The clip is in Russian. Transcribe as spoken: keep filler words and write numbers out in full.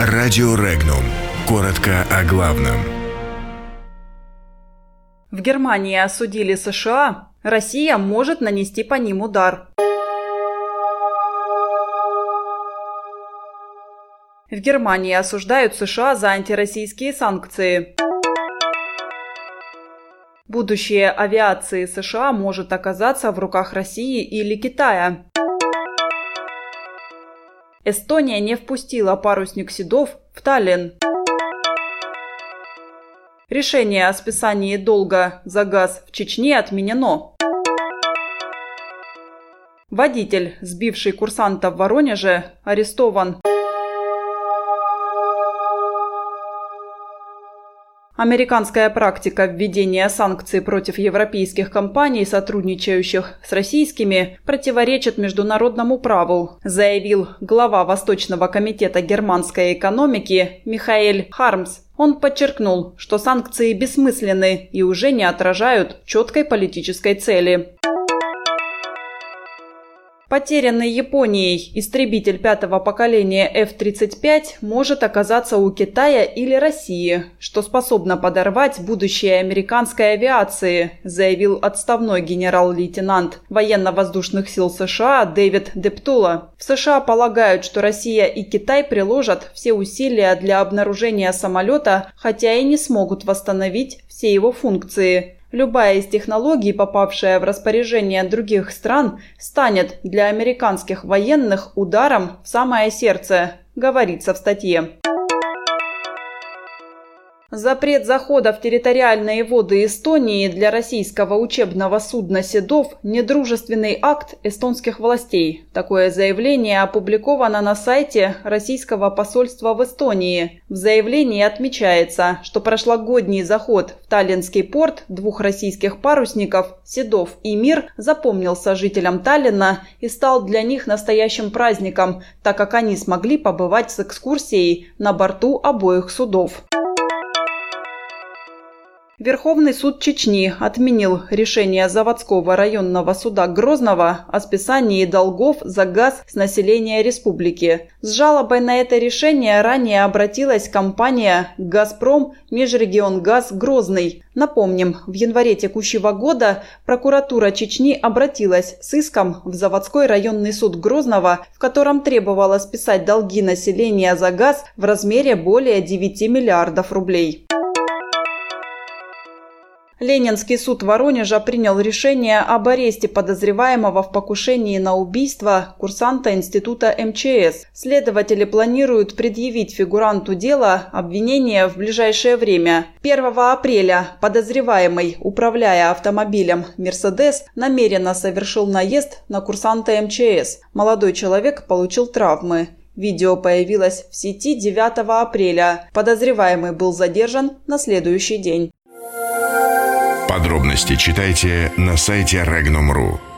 Радио Регнум. Коротко о главном. В Германии осудили США. Россия может нанести по ним удар. В Германии осуждают США за антироссийские санкции. Будущее авиации США может оказаться в руках России или Китая. Эстония не впустила парусник «Седов» в Таллин. Решение о списании долга за газ в Чечне отменено. Водитель, сбивший курсанта в Воронеже, арестован. Американская практика введения санкций против европейских компаний, сотрудничающих с российскими, противоречит международному праву, заявил глава Восточного комитета германской экономики Михаэль Хармс. Он подчеркнул, что санкции бессмысленны и уже не отражают четкой политической цели. Потерянный Японией истребитель пятого поколения эф тридцать пять может оказаться у Китая или России, что способно подорвать будущее американской авиации, заявил отставной генерал-лейтенант военно-воздушных сил США Дэвид Дептула. В США полагают, что Россия и Китай приложат все усилия для обнаружения самолета, хотя и не смогут восстановить все его функции. Любая из технологий, попавшая в распоряжение других стран, станет для американских военных ударом в самое сердце, говорится в статье. Запрет захода в территориальные воды Эстонии для российского учебного судна «Седов» – недружественный акт эстонских властей. Такое заявление опубликовано на сайте российского посольства в Эстонии. В заявлении отмечается, что прошлогодний заход в Таллинский порт двух российских парусников «Седов» и «Мир» запомнился жителям Таллина и стал для них настоящим праздником, так как они смогли побывать с экскурсией на борту обоих судов. Верховный суд Чечни отменил решение заводского районного суда Грозного о списании долгов за газ с населения республики. С жалобой на это решение ранее обратилась компания «Газпром Межрегионгаз Грозный». Напомним, в январе текущего года прокуратура Чечни обратилась с иском в заводской районный суд Грозного, в котором требовала списать долги населения за газ в размере более девяти миллиардов рублей. Ленинский суд Воронежа принял решение об аресте подозреваемого в покушении на убийство курсанта института эм че эс. Следователи планируют предъявить фигуранту дела обвинение в ближайшее время. первого апреля подозреваемый, управляя автомобилем «Мерседес», намеренно совершил наезд на курсанта эм че эс. Молодой человек получил травмы. Видео появилось в сети девятого апреля. Подозреваемый был задержан на следующий день. Подробности читайте на сайте регнум точка ру.